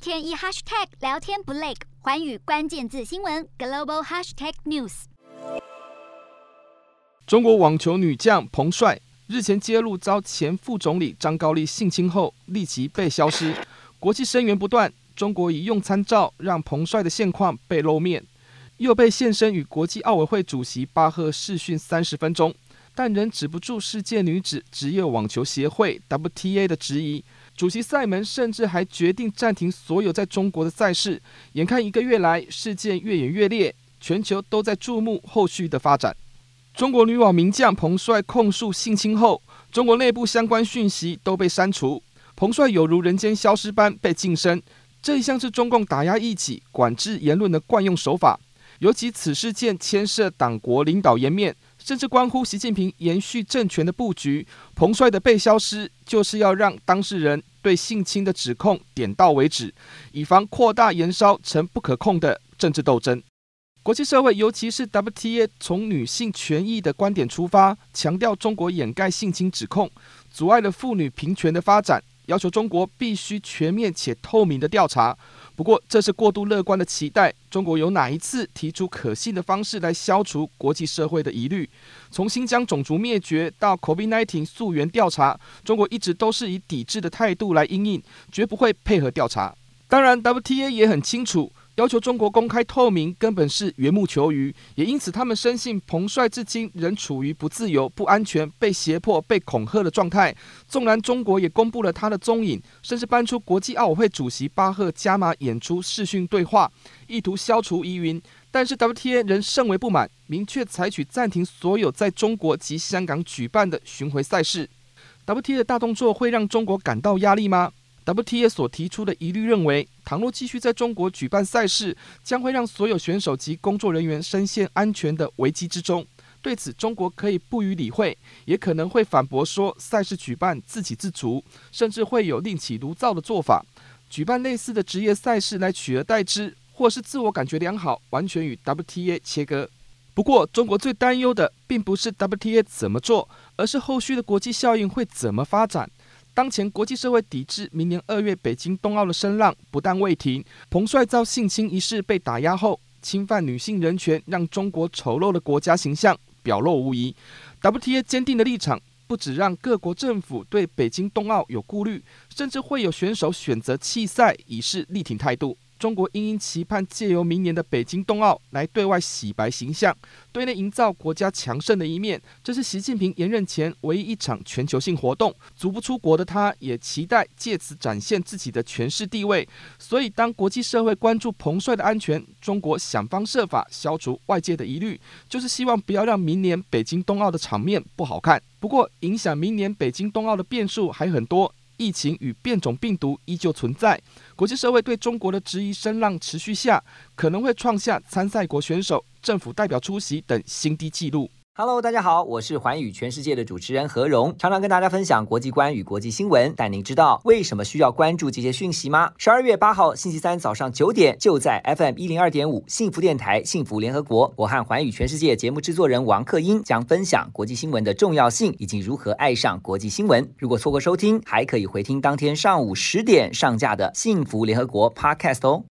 天一 hashtag 聊天不累，寰宇关键字新闻 global hashtag news。 中国网球女将彭帅日前揭露遭前副总理张高丽性侵后，立即被消失，国际声援不断。中国以用餐照让彭帅的现况被露面，又被现身与国际奥委会主席巴赫视讯30分钟，但仍止不住世界女子职业网球协会 WTA 的质疑。主席塞门甚至还决定暂停所有在中国的赛事。眼看1个月来事件越演越烈，全球都在注目后续的发展。中国女网名将彭帅控诉性侵后，中国内部相关讯息都被删除，彭帅有如人间消失般被晋升。这一向是中共打压异己、管制言论的惯用手法。尤其此事件牵涉党国领导颜面，甚至关乎习近平延续政权的布局。彭帅的被消失，就是要让当事人对性侵的指控点到为止，以防扩大延烧成不可控的政治斗争。国际社会，尤其是 WTA 从女性权益的观点出发，强调中国掩盖性侵指控，阻碍了妇女平权的发展，要求中国必须全面且透明的调查。不过，这是过度乐观的期待。中国有哪一次提出可信的方式来消除国际社会的疑虑？从新疆种族灭绝到 COVID-19 溯源调查，中国一直都是以抵制的态度来因应，绝不会配合调查。当然 WTA 也很清楚，要求中国公开透明根本是缘木求鱼，也因此他们深信彭帅至今仍处于不自由、不安全、被胁迫、被恐吓的状态。纵然中国也公布了他的踪影，甚至搬出国际奥委会主席巴赫加码演出视讯对话，意图消除疑云，但是 WTA 仍甚为不满，明确采取暂停所有在中国及香港举办的巡回赛事。WTA 的大动作会让中国感到压力吗？WTA 所提出的疑虑认为，倘若继续在中国举办赛事，将会让所有选手及工作人员深陷安全的危机之中。对此，中国可以不予理会，也可能会反驳说赛事举办自给自足，甚至会有另起炉灶的做法，举办类似的职业赛事来取而代之，或是自我感觉良好，完全与 WTA 切割。不过，中国最担忧的并不是 WTA 怎么做，而是后续的国际效应会怎么发展。当前国际社会抵制明年2月北京冬奥的声浪不但未停，彭帅遭性侵一事被打压后，侵犯女性人权让中国丑陋的国家形象表露无遗。WTA 坚定的立场不只让各国政府对北京冬奥有顾虑，甚至会有选手选择弃赛以示力挺态度。中国应期盼借由明年的北京冬奥来对外洗白形象，对内营造国家强盛的一面。这是习近平延任前唯一一场全球性活动，足不出国的他也期待借此展现自己的权势地位。所以当国际社会关注彭帅的安全，中国想方设法消除外界的疑虑，就是希望不要让明年北京冬奥的场面不好看。不过影响明年北京冬奥的变数还很多，疫情与变种病毒依旧存在，国际社会对中国的质疑声浪持续下，可能会创下参赛国选手、政府代表出席等新低纪录。 Hello， 大家好，我是寰宇全世界的主持人何荣，常常跟大家分享国际观与国际新闻。但您知道为什么需要关注这些讯息吗？12月8号星期三早上9点，就在 FM 102.5幸福电台幸福联合国，我和寰宇全世界节目制作人王克英将分享国际新闻的重要性以及如何爱上国际新闻。如果错过收听，还可以回听当天上午10点上架的幸福联合国 Podcast 哦。